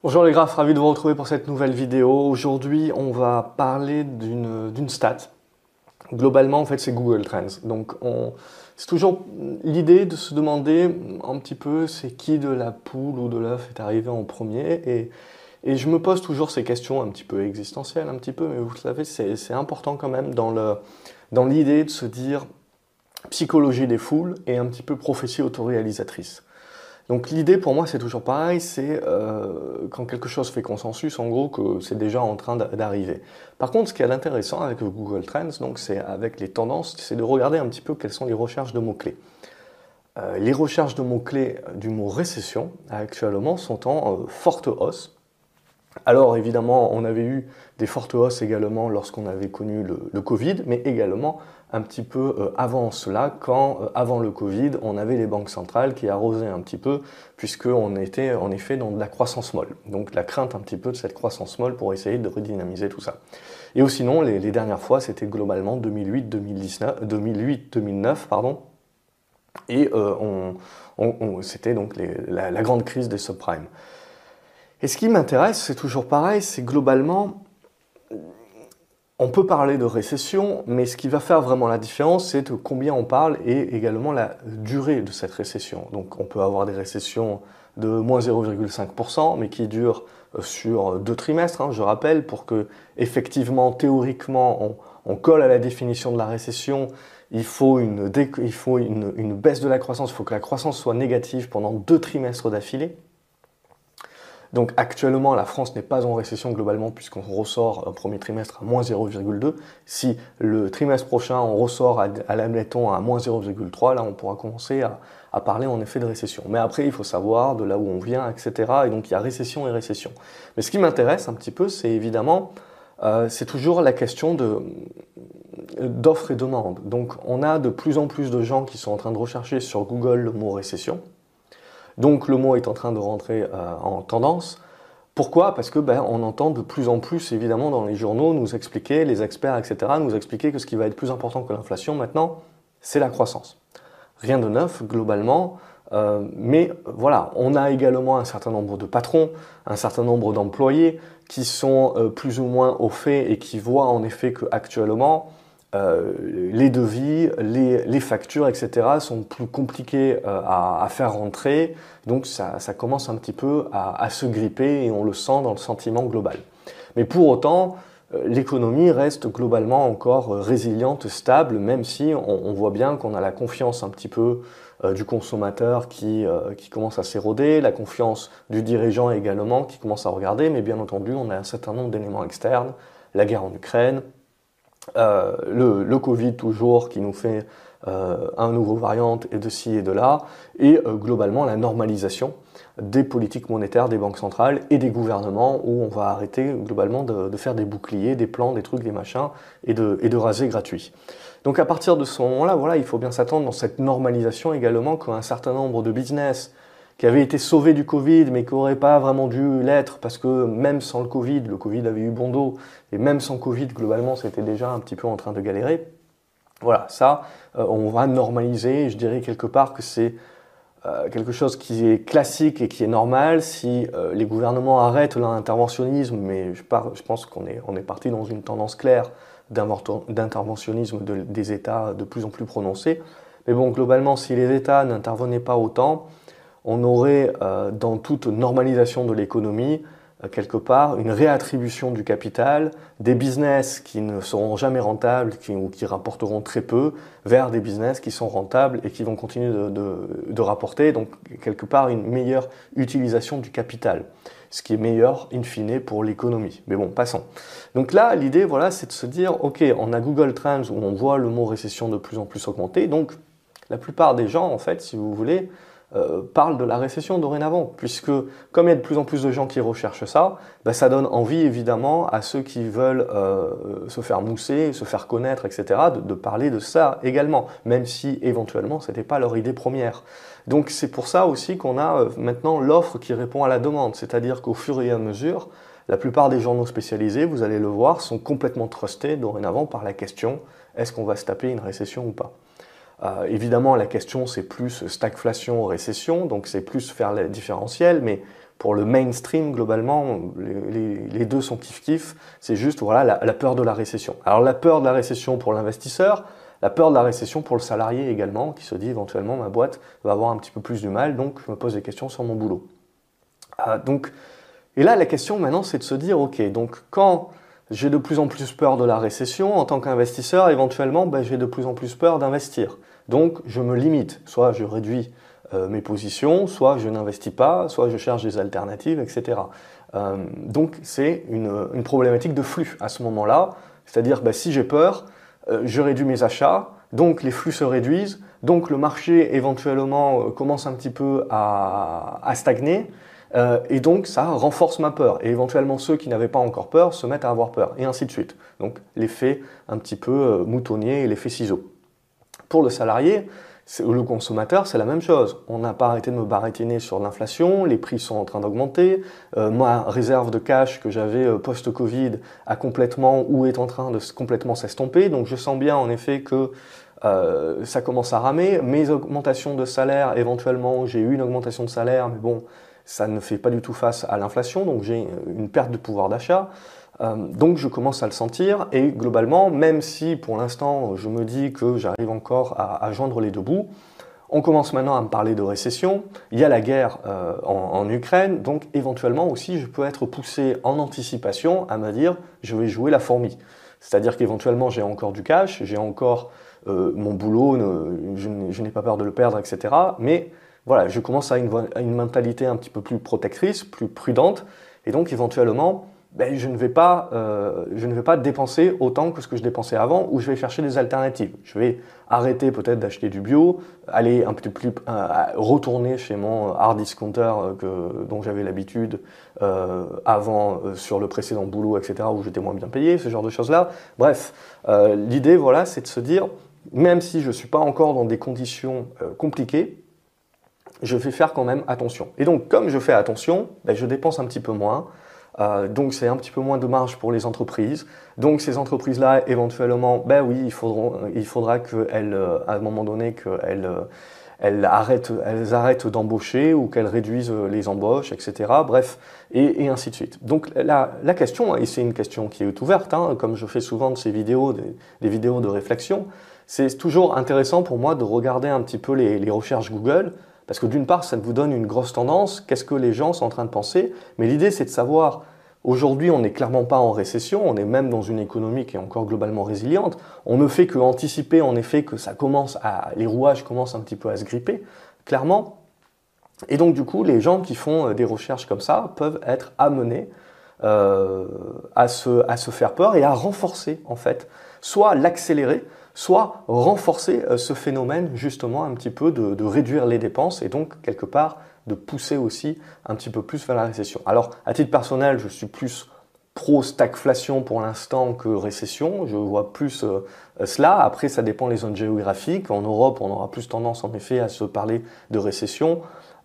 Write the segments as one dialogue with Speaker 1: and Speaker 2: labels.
Speaker 1: Bonjour les graphes, ravi de vous retrouver pour cette nouvelle vidéo. Aujourd'hui, on va parler d'une stat. Globalement, en fait, c'est Google Trends. Donc, c'est toujours l'idée de se demander un petit peu c'est qui de la poule ou de l'œuf est arrivé en premier. Et je me pose toujours ces questions un petit peu existentielles, un petit peu, mais vous savez, c'est important quand même dans l'idée de se dire psychologie des foules et un petit peu prophétie autoréalisatrice. Donc l'idée pour moi c'est toujours pareil, c'est quand quelque chose fait consensus, en gros que c'est déjà en train d'arriver. Par contre, ce qui est intéressant avec le Google Trends, donc c'est avec les tendances, c'est de regarder un petit peu quelles sont les recherches de mots-clés. Les recherches de mots-clés du mot récession actuellement sont en forte hausse. Alors évidemment, on avait eu des fortes hausses également lorsqu'on avait connu le Covid, mais également un petit peu avant cela, quand avant le Covid, on avait les banques centrales qui arrosaient un petit peu, puisqu'on était en effet dans de la croissance molle. Donc la crainte un petit peu de cette croissance molle pour essayer de redynamiser tout ça. Et sinon, les dernières fois, c'était globalement 2008-2009, pardon, et c'était donc la grande crise des subprimes. Et ce qui m'intéresse, c'est toujours pareil, c'est globalement, on peut parler de récession, mais ce qui va faire vraiment la différence, c'est de combien on parle et également la durée de cette récession. Donc on peut avoir des récessions de moins 0,5%, mais qui durent sur 2 trimestres, hein, je rappelle, pour que effectivement, théoriquement, on colle à la définition de la récession. Il faut une baisse de la croissance, il faut que la croissance soit négative pendant 2 trimestres d'affilée. Donc actuellement, la France n'est pas en récession globalement puisqu'on ressort un premier trimestre à moins 0,2. Si le trimestre prochain, on ressort admettons, à moins 0,3, là on pourra commencer à parler en effet de récession. Mais après, il faut savoir de là où on vient, etc. Et donc il y a récession et récession. Mais ce qui m'intéresse un petit peu, c'est évidemment, c'est toujours la question d'offre et demande. Donc on a de plus en plus de gens qui sont en train de rechercher sur Google le mot récession. Donc le mot est en train de rentrer en tendance. Pourquoi? Parce que on entend de plus en plus, évidemment, dans les journaux, nous expliquer, les experts, etc., nous expliquer que ce qui va être plus important que l'inflation maintenant, c'est la croissance. Rien de neuf, globalement, mais voilà, on a également un certain nombre de patrons, un certain nombre d'employés qui sont plus ou moins au fait et qui voient en effet qu'actuellement, les devis, les factures, etc. sont plus compliqués à faire rentrer, donc ça commence un petit peu à se gripper et on le sent dans le sentiment global. Mais pour autant, l'économie reste globalement encore résiliente, stable, même si on voit bien qu'on a la confiance un petit peu du consommateur qui commence à s'éroder, la confiance du dirigeant également qui commence à regarder, mais bien entendu, on a un certain nombre d'éléments externes, la guerre en Ukraine, le Covid toujours qui nous fait un nouveau variant et de ci et de là, et globalement la normalisation des politiques monétaires des banques centrales et des gouvernements où on va arrêter globalement de faire des boucliers, des plans, des trucs, des machins et de raser gratuit. Donc à partir de ce moment-là, voilà, il faut bien s'attendre dans cette normalisation également qu'un certain nombre de business qui avaient été sauvés du Covid, mais qui n'auraient pas vraiment dû l'être, parce que même sans le Covid avait eu bon dos, et même sans Covid, globalement, c'était déjà un petit peu en train de galérer. Voilà, ça, on va normaliser, je dirais quelque part que c'est quelque chose qui est classique et qui est normal si les gouvernements arrêtent l'interventionnisme, mais je pense qu'on est parti dans une tendance claire d'interventionnisme des États de plus en plus prononcée. Mais bon, globalement, si les États n'intervenaient pas autant, on aurait dans toute normalisation de l'économie, quelque part, une réattribution du capital, des business qui ne seront jamais rentables ou qui rapporteront très peu, vers des business qui sont rentables et qui vont continuer de rapporter, donc quelque part une meilleure utilisation du capital, ce qui est meilleur in fine pour l'économie. Mais bon, passons. Donc là, l'idée, voilà, c'est de se dire, ok, on a Google Trends où on voit le mot récession de plus en plus augmenter, donc la plupart des gens, en fait, si vous voulez, parlent de la récession dorénavant, puisque comme il y a de plus en plus de gens qui recherchent ça, ça donne envie évidemment à ceux qui veulent se faire mousser, se faire connaître, etc., de parler de ça également, même si éventuellement ce n'était pas leur idée première. Donc c'est pour ça aussi qu'on a maintenant l'offre qui répond à la demande, c'est-à-dire qu'au fur et à mesure, la plupart des journaux spécialisés, vous allez le voir, sont complètement trustés dorénavant par la question « est-ce qu'on va se taper une récession ou pas ?» Évidemment, la question, c'est plus stagflation, récession, donc c'est plus faire le différentiel, mais pour le mainstream, globalement, les deux sont kiff-kiff. C'est juste voilà, la peur de la récession. Alors la peur de la récession pour l'investisseur, la peur de la récession pour le salarié également, qui se dit éventuellement ma boîte va avoir un petit peu plus du mal, donc je me pose des questions sur mon boulot. Et là, la question maintenant, c'est de se dire, ok, donc quand j'ai de plus en plus peur de la récession, en tant qu'investisseur, éventuellement, j'ai de plus en plus peur d'investir. Donc, je me limite. Soit je réduis mes positions, soit je n'investis pas, soit je cherche des alternatives, etc. Donc, c'est une problématique de flux à ce moment-là. C'est-à-dire, si j'ai peur, je réduis mes achats, donc les flux se réduisent, donc le marché éventuellement commence un petit peu à stagner, et donc ça renforce ma peur. Et éventuellement ceux qui n'avaient pas encore peur se mettent à avoir peur, et ainsi de suite. Donc l'effet un petit peu moutonnier et l'effet ciseau. Pour le salarié, le consommateur, c'est la même chose. On n'a pas arrêté de me baratiner sur l'inflation, les prix sont en train d'augmenter, ma réserve de cash que j'avais post-Covid a complètement ou est en train de complètement s'estomper, donc je sens bien en effet que ça commence à ramer. Mes augmentations de salaire, éventuellement j'ai eu une augmentation de salaire, mais bon, ça ne fait pas du tout face à l'inflation, donc j'ai une perte de pouvoir d'achat. Donc je commence à le sentir et globalement, même si pour l'instant je me dis que j'arrive encore à joindre les deux bouts, on commence maintenant à me parler de récession, il y a la guerre en Ukraine, donc éventuellement aussi je peux être poussé en anticipation à me dire je vais jouer la fourmi. C'est-à-dire qu'éventuellement j'ai encore du cash, j'ai encore mon boulot, je n'ai pas peur de le perdre, etc. Mais voilà, je commence à une mentalité un petit peu plus protectrice, plus prudente, et donc éventuellement je ne vais pas dépenser autant que ce que je dépensais avant, ou je vais chercher des alternatives. Je vais arrêter peut-être d'acheter du bio, aller un petit peu plus, retourner chez mon hard discounter dont j'avais l'habitude avant sur le précédent boulot, etc., où j'étais moins bien payé, ce genre de choses-là. Bref, l'idée, voilà, c'est de se dire, même si je ne suis pas encore dans des conditions compliquées, je vais faire quand même attention. Et donc, comme je fais attention, je dépense un petit peu moins. Donc c'est un petit peu moins de marge pour les entreprises. Donc ces entreprises-là, éventuellement, oui, il faudra qu'elles, à un moment donné, elles arrêtent d'embaucher ou qu'elles réduisent les embauches, etc. Bref, et ainsi de suite. Donc la question, et c'est une question qui est ouverte, comme je fais souvent de ces vidéos, des vidéos de réflexion, c'est toujours intéressant pour moi de regarder un petit peu les recherches Google. Parce que d'une part, ça vous donne une grosse tendance, qu'est-ce que les gens sont en train de penser, mais l'idée c'est de savoir, aujourd'hui on n'est clairement pas en récession, on est même dans une économie qui est encore globalement résiliente, on ne fait que anticiper en effet que les rouages commencent un petit peu à se gripper, clairement, et donc du coup les gens qui font des recherches comme ça peuvent être amenés à se faire peur et à renforcer en fait, soit l'accélérer, soit renforcer ce phénomène justement un petit peu de réduire les dépenses et donc quelque part de pousser aussi un petit peu plus vers la récession. Alors à titre personnel, je suis plus pro-stagflation pour l'instant que récession, je vois plus cela. Après ça dépend des zones géographiques, en Europe on aura plus tendance en effet à se parler de récession.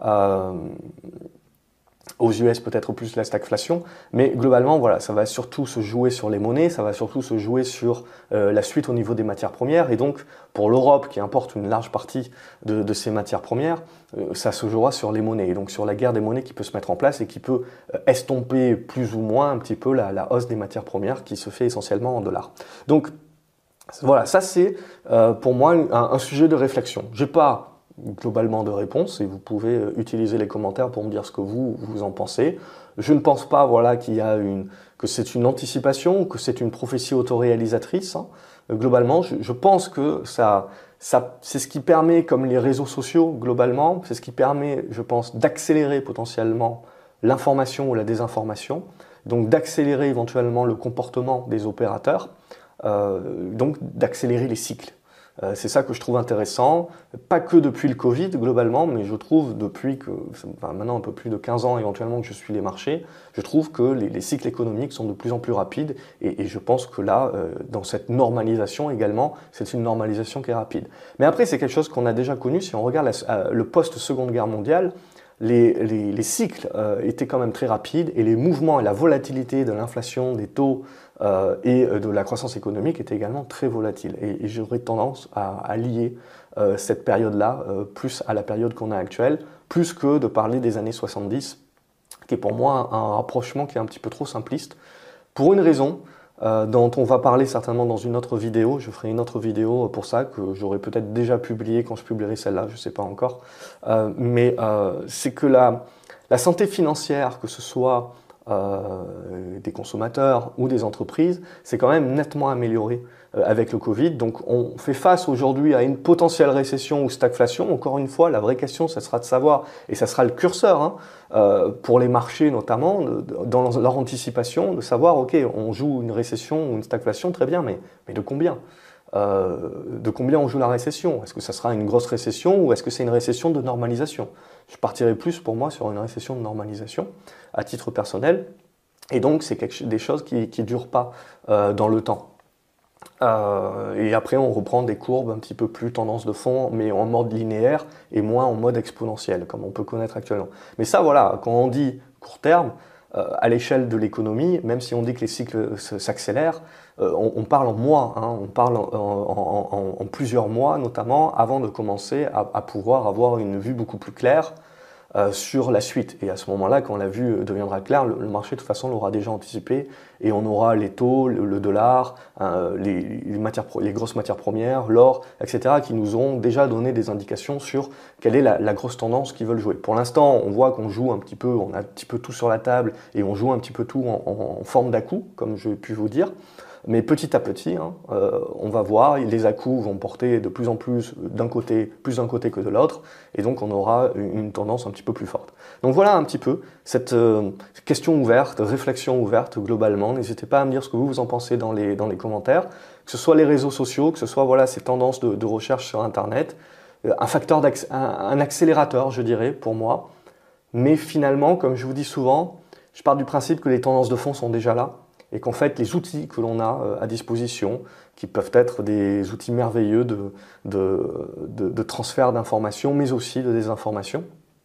Speaker 1: Aux US peut-être plus la stagflation, mais globalement voilà, ça va surtout se jouer sur les monnaies, ça va surtout se jouer sur la suite au niveau des matières premières, et donc pour l'Europe qui importe une large partie de ces matières premières, ça se jouera sur les monnaies, et donc sur la guerre des monnaies qui peut se mettre en place et qui peut estomper plus ou moins un petit peu la hausse des matières premières qui se fait essentiellement en dollars. Donc voilà, ça c'est pour moi un sujet de réflexion. J'ai pas globalement de réponse et vous pouvez utiliser les commentaires pour me dire ce que vous en pensez. Je ne pense pas que c'est une anticipation ou que c'est une prophétie autoréalisatrice. Globalement, je pense que c'est ce qui permet, comme les réseaux sociaux globalement, c'est ce qui permet, je pense, d'accélérer potentiellement l'information ou la désinformation, donc d'accélérer éventuellement le comportement des opérateurs, donc d'accélérer les cycles. C'est ça que je trouve intéressant, pas que depuis le Covid globalement, mais je trouve depuis maintenant un peu plus de 15 ans éventuellement que je suis les marchés, je trouve que les cycles économiques sont de plus en plus rapides et je pense que là, dans cette normalisation également, c'est une normalisation qui est rapide. Mais après, c'est quelque chose qu'on a déjà connu, si on regarde le post-Seconde Guerre mondiale, les cycles étaient quand même très rapides et les mouvements et la volatilité de l'inflation, des taux et de la croissance économique étaient également très volatiles. Et j'aurais tendance à lier cette période-là plus à la période qu'on a actuelle, plus que de parler des années 70 qui est pour moi un rapprochement qui est un petit peu trop simpliste, pour une raison dont on va parler certainement dans une autre vidéo. Je ferai une autre vidéo pour ça, que j'aurai peut-être déjà publiée quand je publierai celle-là, je ne sais pas encore. C'est que la santé financière, que ce soit des consommateurs ou des entreprises, c'est quand même nettement amélioré avec le Covid. Donc on fait face aujourd'hui à une potentielle récession ou stagflation. Encore une fois, la vraie question, ça sera de savoir, et ça sera le curseur pour les marchés notamment, dans leur anticipation, de savoir, ok, on joue une récession ou une stagflation, très bien, mais de combien de combien on joue la récession? Est-ce que ça sera une grosse récession ou est-ce que c'est une récession de normalisation? Je partirais plus pour moi sur une récession de normalisation à titre personnel. Et donc c'est des choses qui ne durent pas dans le temps. Et après on reprend des courbes un petit peu plus tendance de fond, mais en mode linéaire et moins en mode exponentiel, comme on peut connaître actuellement. Mais ça voilà, quand on dit court terme, à l'échelle de l'économie, même si on dit que les cycles s'accélèrent, on parle en mois, hein, on parle en plusieurs mois notamment, avant de commencer à pouvoir avoir une vue beaucoup plus claire sur la suite. Et à ce moment-là, quand la vue deviendra claire, le marché de toute façon l'aura déjà anticipé et on aura les taux, le dollar, les grosses matières premières, l'or, etc. qui nous ont déjà donné des indications sur quelle est la grosse tendance qu'ils veulent jouer. Pour l'instant, on voit qu'on joue un petit peu, on a un petit peu tout sur la table et on joue un petit peu tout en forme d'à-coups, comme je pu vous dire. Mais petit à petit, hein, on va voir, les à-coups vont porter de plus en plus d'un côté que de l'autre, et donc on aura une tendance un petit peu plus forte. Donc voilà un petit peu cette question ouverte, réflexion ouverte globalement. N'hésitez pas à me dire ce que vous en pensez dans les commentaires, que ce soit les réseaux sociaux, que ce soit voilà, ces tendances de recherche sur Internet, un accélérateur, je dirais, pour moi. Mais finalement, comme je vous dis souvent, je pars du principe que les tendances de fond sont déjà là, et qu'en fait, les outils que l'on a à disposition, qui peuvent être des outils merveilleux de transfert d'informations, mais aussi de désinformation,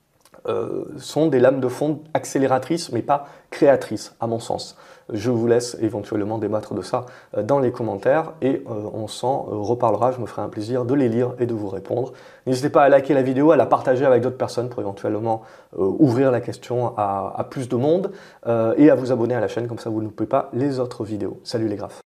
Speaker 1: sont des lames de fond accélératrices, mais pas créatrices, à mon sens. Je vous laisse éventuellement débattre de ça dans les commentaires, et on s'en reparlera. Je me ferai un plaisir de les lire et de vous répondre. N'hésitez pas à liker la vidéo, à la partager avec d'autres personnes pour éventuellement ouvrir la question à plus de monde, et à vous abonner à la chaîne, comme ça vous ne loupez pas les autres vidéos. Salut les graphes!